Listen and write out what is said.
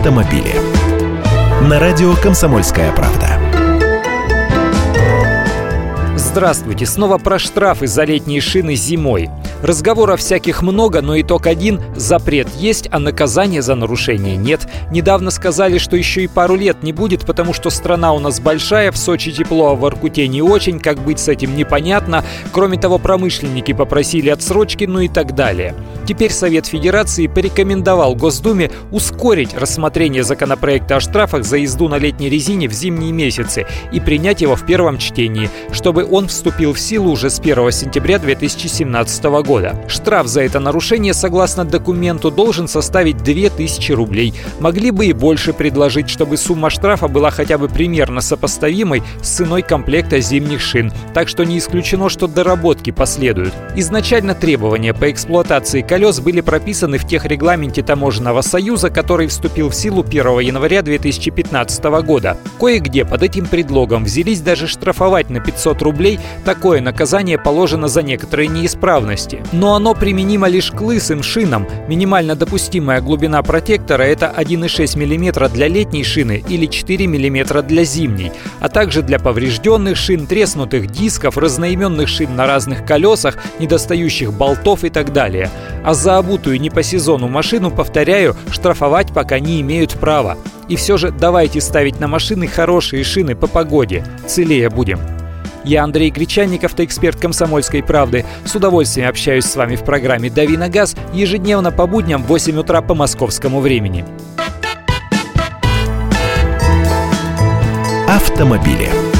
автомобили. На радио «Комсомольская правда». Здравствуйте! Снова про штрафы за летние шины зимой. Разговоров всяких много, но итог один – запрет есть, а наказания за нарушение нет. Недавно сказали, что еще и пару лет не будет, потому что страна у нас большая, в Сочи тепло, а в Воркуте не очень, как быть с этим непонятно. Кроме того, промышленники попросили отсрочки, ну и так далее. Теперь Совет Федерации порекомендовал Госдуме ускорить рассмотрение законопроекта о штрафах за езду на летней резине в зимние месяцы и принять его в первом чтении, чтобы он вступил в силу уже с 1 сентября 2017 года. Штраф за это нарушение, согласно документу, должен составить 2000 рублей. Могли бы и больше предложить, чтобы сумма штрафа была хотя бы примерно сопоставимой с ценой комплекта зимних шин. Так что не исключено, что доработки последуют. Изначально требования по эксплуатации колес были прописаны в техрегламенте Таможенного союза, который вступил в силу 1 января 2015 года. Кое-где под этим предлогом взялись даже штрафовать на 500 рублей. Такое наказание положено за некоторые неисправности. Но оно применимо лишь к лысым шинам. Минимально допустимая глубина протектора – это 1,6 мм для летней шины или 4 мм для зимней, а также для поврежденных шин, треснутых дисков, разноименных шин на разных колесах, недостающих болтов и так далее. А за обутую не по сезону машину, повторяю, штрафовать пока не имеют права. И все же давайте ставить на машины хорошие шины по погоде. Целее будем. Я Андрей Гречанников, эксперт «Комсомольской правды». С удовольствием общаюсь с вами в программе «Дави на газ» ежедневно по будням в 8 утра по московскому времени. Автомобили.